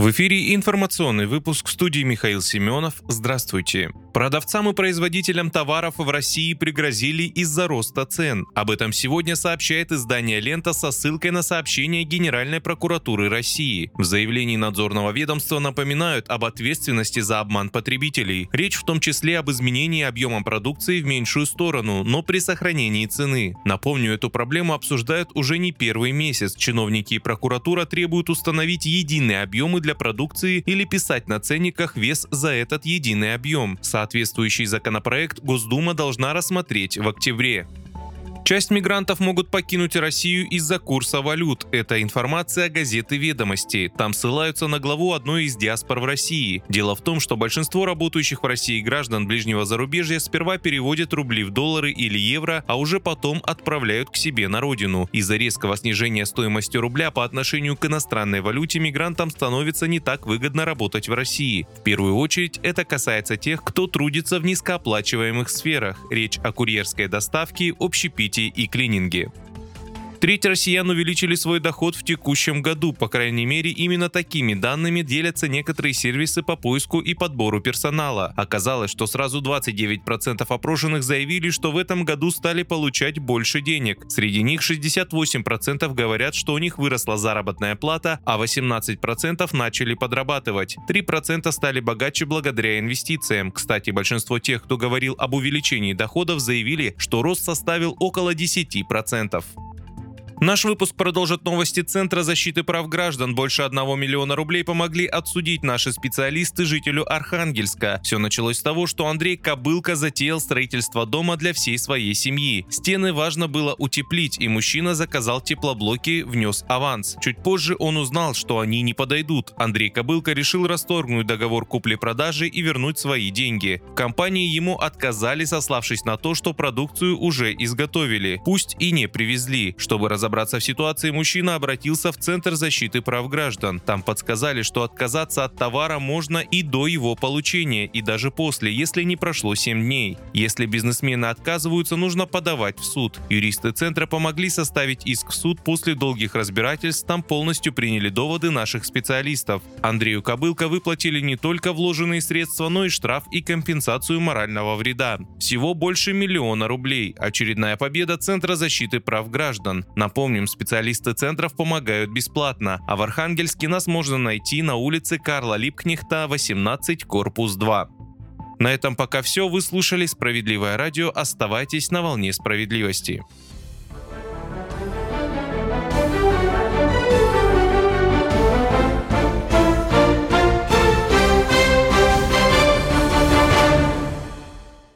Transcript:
В эфире информационный выпуск, в студии Михаил Семенов. Здравствуйте. Продавцам и производителям товаров в России пригрозили из-за роста цен. Об этом сегодня сообщает издание «Лента» со ссылкой на сообщение Генеральной прокуратуры России. В заявлении надзорного ведомства напоминают об ответственности за обман потребителей. Речь в том числе об изменении объема продукции в меньшую сторону, но при сохранении цены. Напомню, эту проблему обсуждают уже не первый месяц. Чиновники и прокуратура требуют установить единые объемы для продукции или писать на ценниках вес за этот единый объем. Соответствующий законопроект Госдума должна рассмотреть в октябре. Часть мигрантов могут покинуть Россию из-за курса валют. Это информация газеты «Ведомости». Там ссылаются на главу одной из диаспор в России. Дело в том, что большинство работающих в России граждан ближнего зарубежья сперва переводят рубли в доллары или евро, а уже потом отправляют к себе на родину. Из-за резкого снижения стоимости рубля по отношению к иностранной валюте мигрантам становится не так выгодно работать в России. В первую очередь это касается тех, кто трудится в низкооплачиваемых сферах. Речь о курьерской доставке, общепите и клининге. Треть россиян увеличили свой доход в текущем году. По крайней мере, именно такими данными делятся некоторые сервисы по поиску и подбору персонала. Оказалось, что сразу 29% опрошенных заявили, что в этом году стали получать больше денег. Среди них 68% говорят, что у них выросла заработная плата, а 18% начали подрабатывать. 3% стали богаче благодаря инвестициям. Кстати, большинство тех, кто говорил об увеличении доходов, заявили, что рост составил около 10%. Наш выпуск продолжит новости Центра защиты прав граждан. Больше 1 миллиона рублей помогли отсудить наши специалисты жителю Архангельска. Все началось с того, что Андрей Кобылка затеял строительство дома для всей своей семьи. Стены важно было утеплить, и мужчина заказал теплоблоки, внес аванс. Чуть позже он узнал, что они не подойдут. Андрей Кобылка решил расторгнуть договор купли-продажи и вернуть свои деньги. В компании ему отказали, сославшись на то, что продукцию уже изготовили, пусть и не привезли. Чтобы разобраться в ситуации, мужчина обратился в Центр защиты прав граждан. Там подсказали, что отказаться от товара можно и до его получения, и даже после, если не прошло 7 дней. Если бизнесмены отказываются, нужно подавать в суд. Юристы Центра помогли составить иск в суд. После долгих разбирательств там полностью приняли доводы наших специалистов. Андрею Кобылко выплатили не только вложенные средства, но и штраф и компенсацию морального вреда. Всего больше 1 миллиона рублей. Очередная победа Центра защиты прав граждан. Напомним, специалисты центров помогают бесплатно, а в Архангельске нас можно найти на улице Карла Липкнехта, 18, корпус 2. На этом пока все. Вы слушали «Справедливое радио». Оставайтесь на волне справедливости.